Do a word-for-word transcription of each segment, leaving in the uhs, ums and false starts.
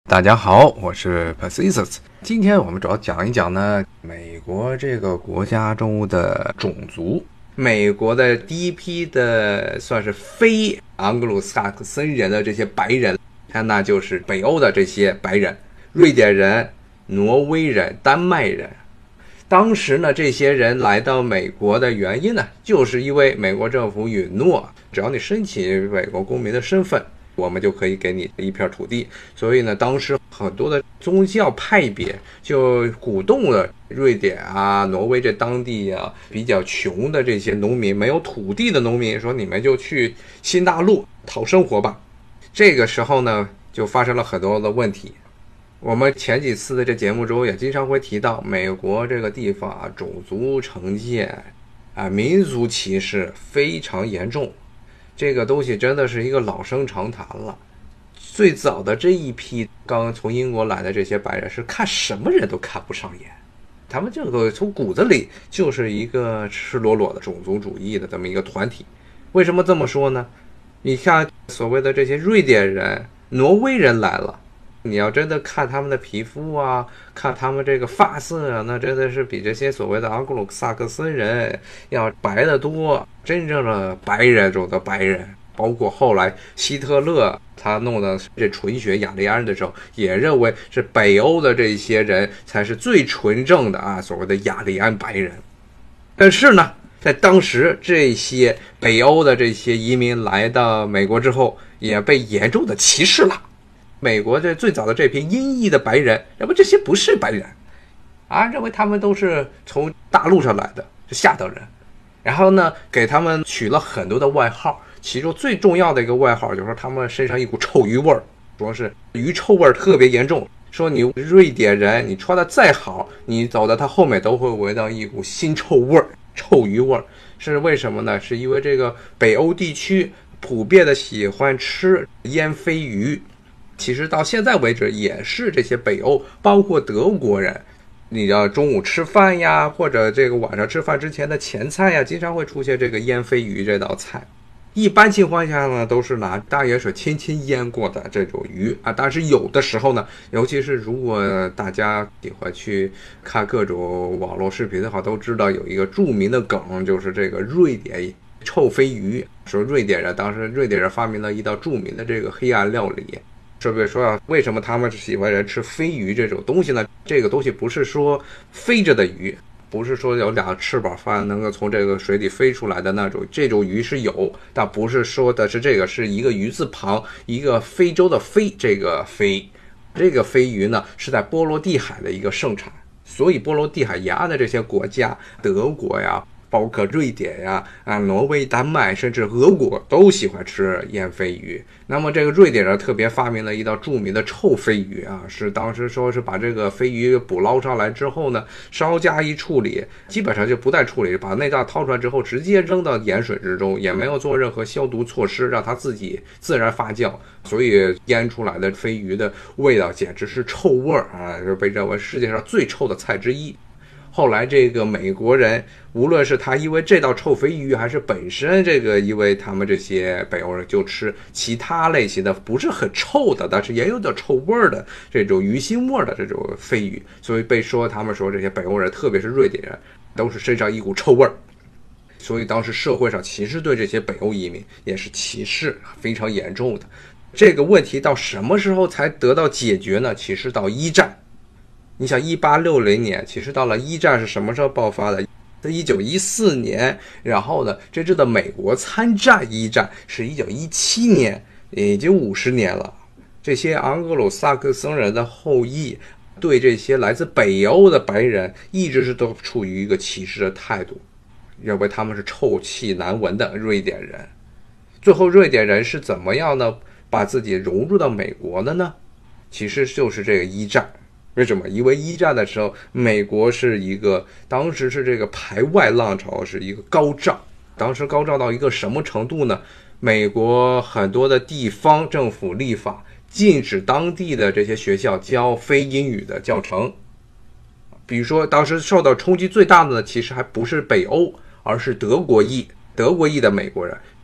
大家好，我是 Pacisus。今天我们主要讲一讲呢，美国这个国家中的种族。美国的第一批的算是非盎格鲁撒克森人的这些白人，那就是北欧的这些白人，瑞典人、挪威人、丹麦人。当时呢，这些人来到美国的原因呢，就是因为美国政府允诺，只要你申请美国公民的身份，我们就可以给你一片土地。所以呢，当时很多的宗教派别就鼓动了瑞典啊、挪威这当地啊比较穷的这些农民，没有土地的农民，说你们就去新大陆讨生活吧。这个时候呢，就发生了很多的问题。我们前几次的这节目中也经常会提到，美国这个地方啊，种族成见啊、民族歧视非常严重。这个东西真的是一个老生常谈了。最早的这一批刚从英国来的这些白人，是看什么人都看不上眼，他们这个从骨子里就是一个赤裸裸的种族主义的这么一个团体。为什么这么说呢？你看所谓的这些瑞典人、挪威人来了，你要真的看他们的皮肤啊，看他们这个发色啊，那真的是比这些所谓的盎格鲁撒克森人要白得多。真正的白人中的白人，包括后来希特勒他弄的这纯血雅利安的时候，也认为是北欧的这些人才是最纯正的啊，所谓的雅利安白人。但是呢，在当时这些北欧的这些移民来到美国之后，也被严重的歧视了。美国这最早的这批英裔的白人，认为这些不是白人啊，认为他们都是从大陆上来的，是下等人。然后呢，给他们取了很多的外号，其中最重要的一个外号就是说他们身上一股臭鱼味儿，说是鱼臭味特别严重，说你瑞典人你穿的再好，你走到他后面都会闻到一股腥臭味儿、臭鱼味儿。是为什么呢？是因为这个北欧地区普遍的喜欢吃腌鲱鱼，其实到现在为止也是这些北欧，包括德国人，你要中午吃饭呀，或者这个晚上吃饭之前的前菜呀，经常会出现这个腌鲱鱼这道菜。一般情况下呢，都是拿大盐水轻轻腌过的这种鱼啊。但是有的时候呢，尤其是如果大家喜欢去看各种网络视频的话，都知道有一个著名的梗，就是这个瑞典臭鲱鱼。说瑞典人当时瑞典人发明了一道著名的这个黑暗料理。是不是说啊？为什么他们喜欢人吃鲱鱼这种东西呢？这个东西不是说飞着的鱼，不是说有两个翅膀翻能够从这个水里飞出来的那种，这种鱼是有，但不是说的是这个，是一个鱼字旁，一个非洲的非，这个非，这个鲱鱼呢是在波罗的海的一个盛产，所以波罗的海沿岸的这些国家，德国呀，包括瑞典呀、啊、挪威、丹麦，甚至俄国都喜欢吃腌鲱鱼。那么这个瑞典人特别发明了一道著名的臭鲱鱼啊，是当时说是把这个鲱鱼捕捞上来之后呢，稍加一处理，基本上就不带处理，把内脏掏出来之后直接扔到盐水之中，也没有做任何消毒措施，让它自己自然发酵，所以腌出来的鲱鱼的味道简直是臭味啊，是被认为世界上最臭的菜之一。后来这个美国人，无论是他因为这道臭鲱鱼，还是本身这个因为他们这些北欧人就吃其他类型的不是很臭的，但是也有点臭味的这种鱼腥味的这种鲱鱼，所以被说他们说这些北欧人，特别是瑞典人，都是身上一股臭味。所以当时社会上其实对这些北欧移民也是歧视非常严重的。这个问题到什么时候才得到解决呢？其实到一战。你想一八六零年，其实到了一战是什么时候爆发的？在一九一四年，然后呢，真正的美国参战一战是一九一七年，已经五十年了。这些盎格鲁撒克森人的后裔对这些来自北欧的白人一直是都处于一个歧视的态度，认为他们是臭气难闻的瑞典人。最后瑞典人是怎么样呢？把自己融入到美国的呢？其实就是这个一战。为什么？因为一战的时候，美国是一个当时是这个排外浪潮是一个高涨，当时高涨到一个什么程度呢？美国很多的地方政府立法禁止当地的这些学校教非英语的教程。比如说当时受到冲击最大的呢，其实还不是北欧，而是德国裔德国裔的美国人，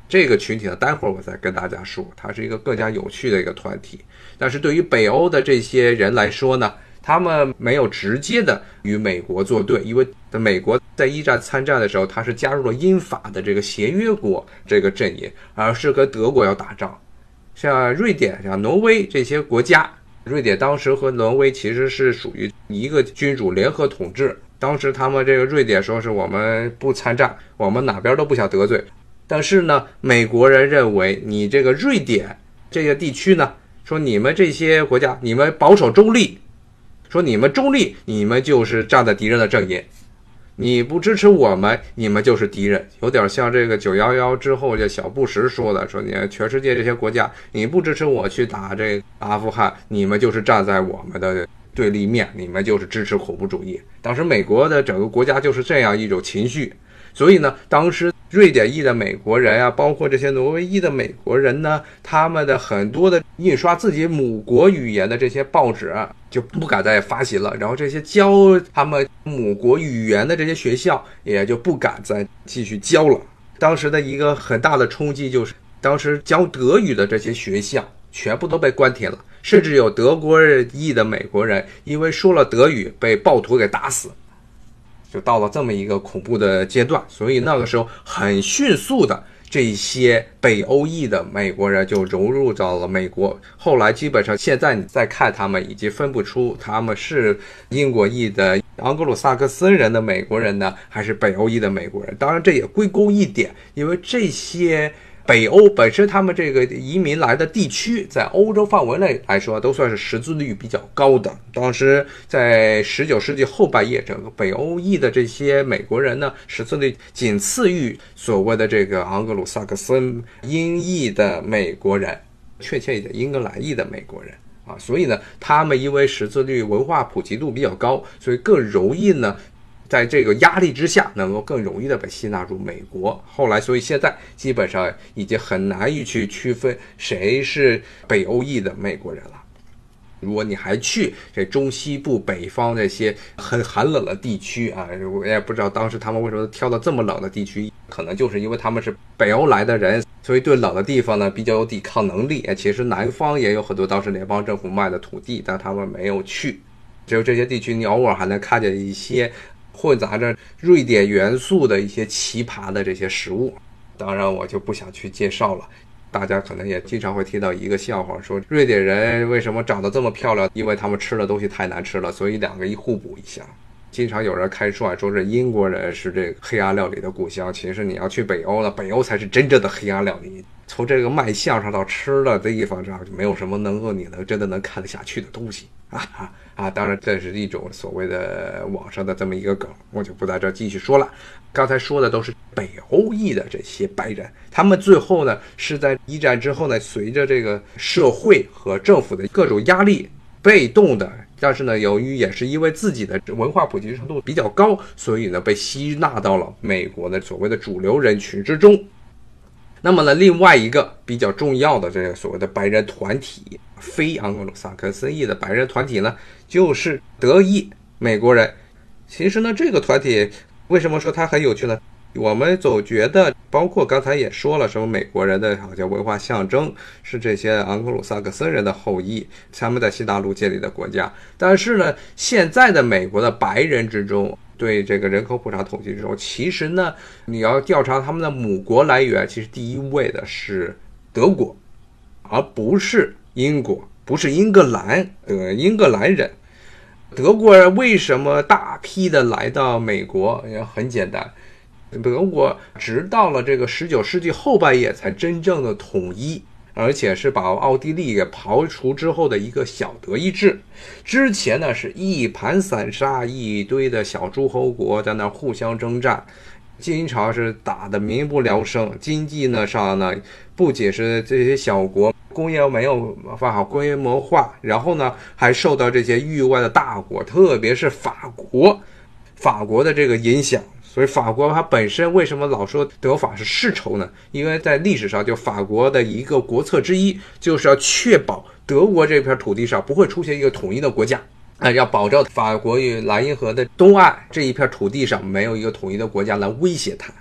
这个群体呢，待会儿我再跟大家说，它是一个更加有趣的一个团体。但是对于北欧的这些人来说呢，他们没有直接的与美国作对，因为美国在一战参战的时候，他是加入了英法的这个协约国这个阵营，而是跟德国要打仗。像瑞典、像挪威这些国家，瑞典当时和挪威其实是属于一个君主联合统治。当时他们这个瑞典说是我们不参战，我们哪边都不想得罪。但是呢，美国人认为你这个瑞典这个地区呢，说你们这些国家，你们保守中立，说你们中立，你们就是站在敌人的阵营。你不支持我们，你们就是敌人。有点像这个九一一之后这小布什说的，说你看全世界这些国家，你不支持我去打这个阿富汗，你们就是站在我们的对立面，你们就是支持恐怖主义。当时美国的整个国家就是这样一种情绪。所以呢，当时瑞典裔的美国人啊，包括这些挪威裔的美国人呢，他们的很多的印刷自己母国语言的这些报纸啊，就不敢再发行了。然后这些教他们母国语言的这些学校也就不敢再继续教了。当时的一个很大的冲击就是，当时教德语的这些学校全部都被关停了，甚至有德国裔的美国人因为说了德语被暴徒给打死。就到了这么一个恐怖的阶段，所以那个时候很迅速的，这些北欧裔的美国人就融入到了美国。后来基本上现在你再看他们，已经分不出他们是英国裔的盎格鲁撒克森人的美国人呢，还是北欧裔的美国人。当然这也归功一点，因为这些北欧本身他们这个移民来的地区，在欧洲范围内来说都算是识字率比较高的。当时在十九世纪后半叶，整个北欧裔的这些美国人呢，识字率仅次于所谓的这个盎格鲁撒克森英裔的美国人，确切一点英格兰裔的美国人啊。所以呢，他们因为识字率文化普及度比较高，所以更容易呢在这个压力之下能够更容易的被吸纳入美国。后来所以现在基本上已经很难以去区分谁是北欧裔的美国人了。如果你还去这中西部北方这些很寒冷的地区啊，我也不知道当时他们为什么挑到这么冷的地区，可能就是因为他们是北欧来的人，所以对冷的地方呢比较有抵抗能力。其实南方也有很多当时联邦政府卖的土地，但他们没有去。只有这些地区你偶尔还能看见一些混杂着瑞典元素的一些奇葩的这些食物，当然我就不想去介绍了。大家可能也经常会听到一个笑话，说瑞典人为什么长得这么漂亮，因为他们吃的东西太难吃了，所以两个一互补一下。经常有人开涮说是英国人是这个黑暗料理的故乡，其实你要去北欧了，北欧才是真正的黑暗料理。从这个卖相上到吃的地方上，就没有什么能够你能真的能看得下去的东西啊啊啊！当然这是一种所谓的网上的这么一个梗，我就不在这继续说了。刚才说的都是北欧裔的这些白人，他们最后呢是在一战之后呢，随着这个社会和政府的各种压力，被动的，但是呢由于也是因为自己的文化普及程度比较高，所以呢被吸纳到了美国的所谓的主流人群之中。那么呢，另外一个比较重要的这个所谓的白人团体，非盎格鲁撒克森裔的白人团体呢，就是德裔美国人。其实呢，这个团体为什么说它很有趣呢？我们总觉得，包括刚才也说了，什么美国人的好像文化象征是这些盎格鲁撒克森人的后裔，他们在新大陆建立的国家。但是呢，现在的美国的白人之中，对这个人口普查统计之中，其实呢，你要调查他们的母国来源，其实第一位的是德国，而不是英国，不是英格兰的英格兰人。德国人为什么大批的来到美国？也很简单，德国直到了这个十九世纪后半叶才真正的统一，而且是把奥地利给刨除之后的一个小德意志。之前呢是一盘散沙，一堆的小诸侯国在那互相征战，经常是打得民不聊生。经济呢上呢不仅是这些小国工业没有办法规模化，然后呢还受到这些域外的大国，特别是法国法国的这个影响。所以法国它本身为什么老说德法是世仇呢？因为在历史上，就法国的一个国策之一就是要确保德国这片土地上不会出现一个统一的国家，啊，要保证法国与莱茵河的东岸这一片土地上没有一个统一的国家来威胁它。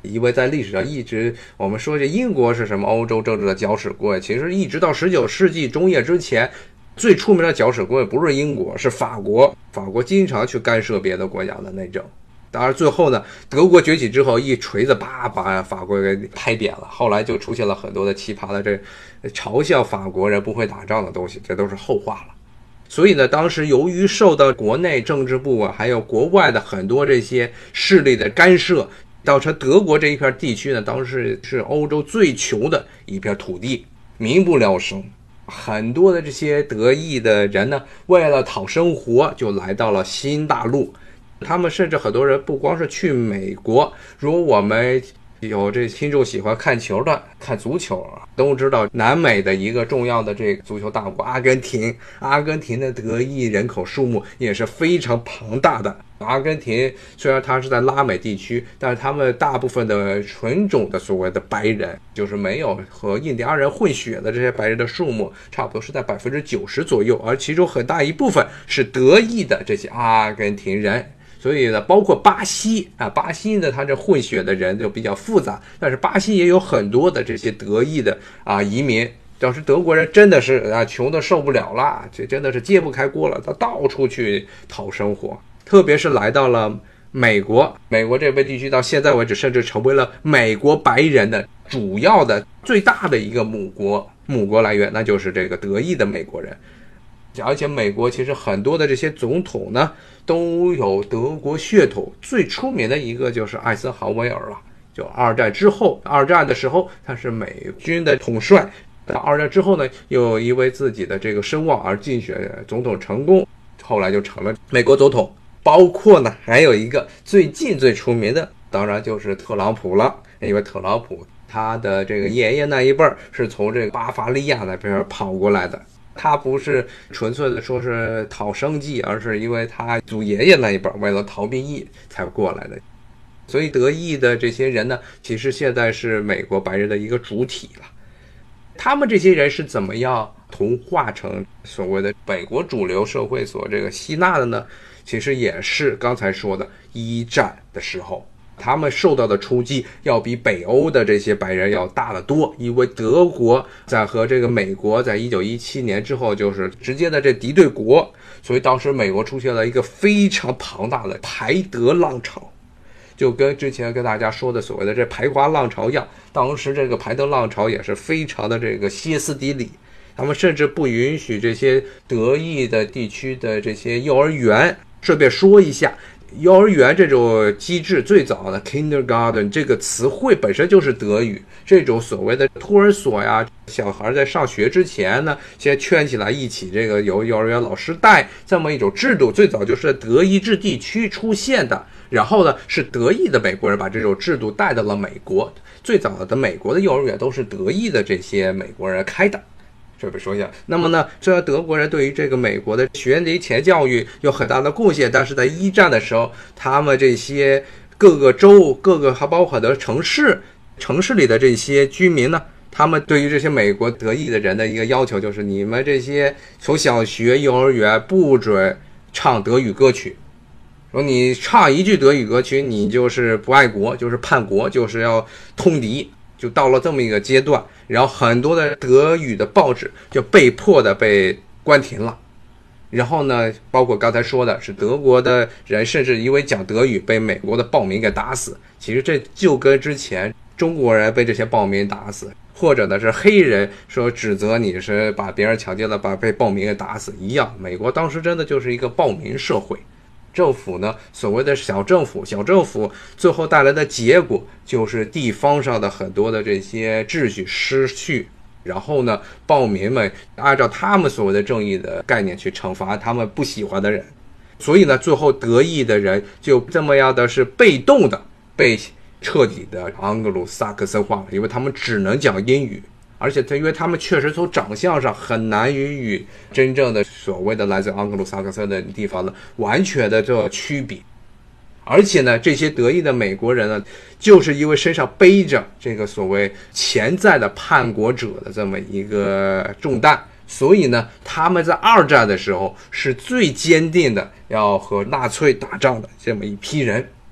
因为在历史上一直我们说这英国是什么欧洲政治的搅屎棍，其实一直到十九世纪中叶之前，最出名的搅屎棍不是英国，是法国。法国经常去干涉别的国家的内政。当然最后呢，德国崛起之后一锤子叭把法国给拍扁了，后来就出现了很多的奇葩的这嘲笑法国人不会打仗的东西，这都是后话了。所以呢，当时由于受到国内政治部啊还有国外的很多这些势力的干涉，造成德国这一片地区呢，当时是欧洲最穷的一片土地，民不聊生。很多的这些德裔的人呢，为了讨生活就来到了新大陆。他们甚至很多人不光是去美国，如果我们有这听众喜欢看球的，看足球啊，都知道南美的一个重要的这个足球大国阿根廷，阿根廷的德裔人口数目也是非常庞大的。阿根廷虽然它是在拉美地区，但是他们大部分的纯种的所谓的白人，就是没有和印第安人混血的这些白人的数目，差不多是在百分之九十左右，而其中很大一部分是德裔的这些阿根廷人。所以呢，包括巴西啊，巴西呢，它这混血的人就比较复杂，但是巴西也有很多的这些德裔的啊移民。当时德国人真的是啊穷的受不了了，这真的是揭不开锅了，他到处去讨生活，特别是来到了美国，美国这边地区到现在为止，甚至成为了美国白人的主要的最大的一个母国母国来源，那就是这个德裔的美国人。而且美国其实很多的这些总统呢都有德国血统，最出名的一个就是艾森豪威尔了。就二战之后，二战的时候他是美军的统帅，到二战之后呢，又因为自己的这个声望而竞选总统成功，后来就成了美国总统。包括呢还有一个最近最出名的，当然就是特朗普了，因为特朗普他的这个爷爷那一辈是从这个巴伐利亚那边跑过来的。他不是纯粹的说是讨生计，而是因为他祖爷爷那一辈为了逃兵役才过来的。所以德裔的这些人呢，其实现在是美国白人的一个主体了。他们这些人是怎么样同化成所谓的美国主流社会所这个吸纳的呢？其实也是刚才说的一战的时候，他们受到的冲击要比北欧的这些白人要大得多，因为德国在和这个美国在一九一七年之后就是直接的这敌对国，所以当时美国出现了一个非常庞大的排德浪潮，就跟之前跟大家说的所谓的这排华浪潮一样，当时这个排德浪潮也是非常的这个歇斯底里，他们甚至不允许这些德裔的地区的这些幼儿园。顺便说一下，幼儿园这种机制最早的 kindergarten 这个词汇本身就是德语，这种所谓的托儿所呀，小孩在上学之前呢，先圈起来一起，这个由幼儿园老师带，这么一种制度最早就是在德意志地区出现的。然后呢，是德裔的美国人把这种制度带到了美国，最早的美国的幼儿园都是德裔的这些美国人开的。这边说一下，那么呢，虽然德国人对于这个美国的学龄前教育有很大的贡献，但是在一战的时候，他们这些各个州、各个还包括的城市、城市里的这些居民呢，他们对于这些美国德裔的人的一个要求就是，你们这些从小学、幼儿园不准唱德语歌曲。说你唱一句德语歌曲，你就是不爱国，就是叛国，就是要通敌。就到了这么一个阶段，然后很多的德语的报纸就被迫的被关停了。然后呢，包括刚才说的是德国的人甚至因为讲德语被美国的暴民给打死，其实这就跟之前中国人被这些暴民打死，或者呢是黑人说指责你是把别人强奸了，把被暴民给打死一样。美国当时真的就是一个暴民社会。政府呢，所谓的小政府，小政府最后带来的结果就是地方上的很多的这些秩序失序，然后呢，暴民们按照他们所谓的正义的概念去惩罚他们不喜欢的人，所以呢，最后德裔的人就这么样的是被动的被彻底的盎格鲁撒克森化了，因为他们只能讲英语。而且因为他们确实从长相上很难于与真正的所谓的来自盎格鲁撒克森的地方呢完全的这区别。而且呢，这些德裔的美国人呢，就是因为身上背着这个所谓潜在的叛国者的这么一个重担，所以呢，他们在二战的时候是最坚定的要和纳粹打仗的这么一批人。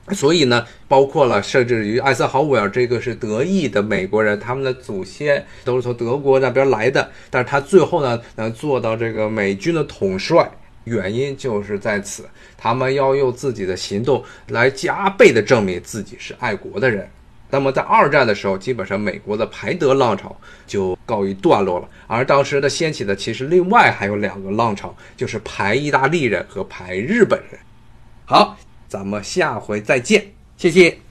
所以呢，包括了甚至于艾森豪威尔这个是德裔的美国人，他们的祖先都是从德国那边来的，但是他最后呢能做到这个美军的统帅，原因就是在此，他们要用自己的行动来加倍的证明自己是爱国的人。那么在二战的时候，基本上美国的排德浪潮就告一段落了，而当时的掀起的其实另外还有两个浪潮，就是排意大利人和排日本人。好，咱们下回再见，谢谢。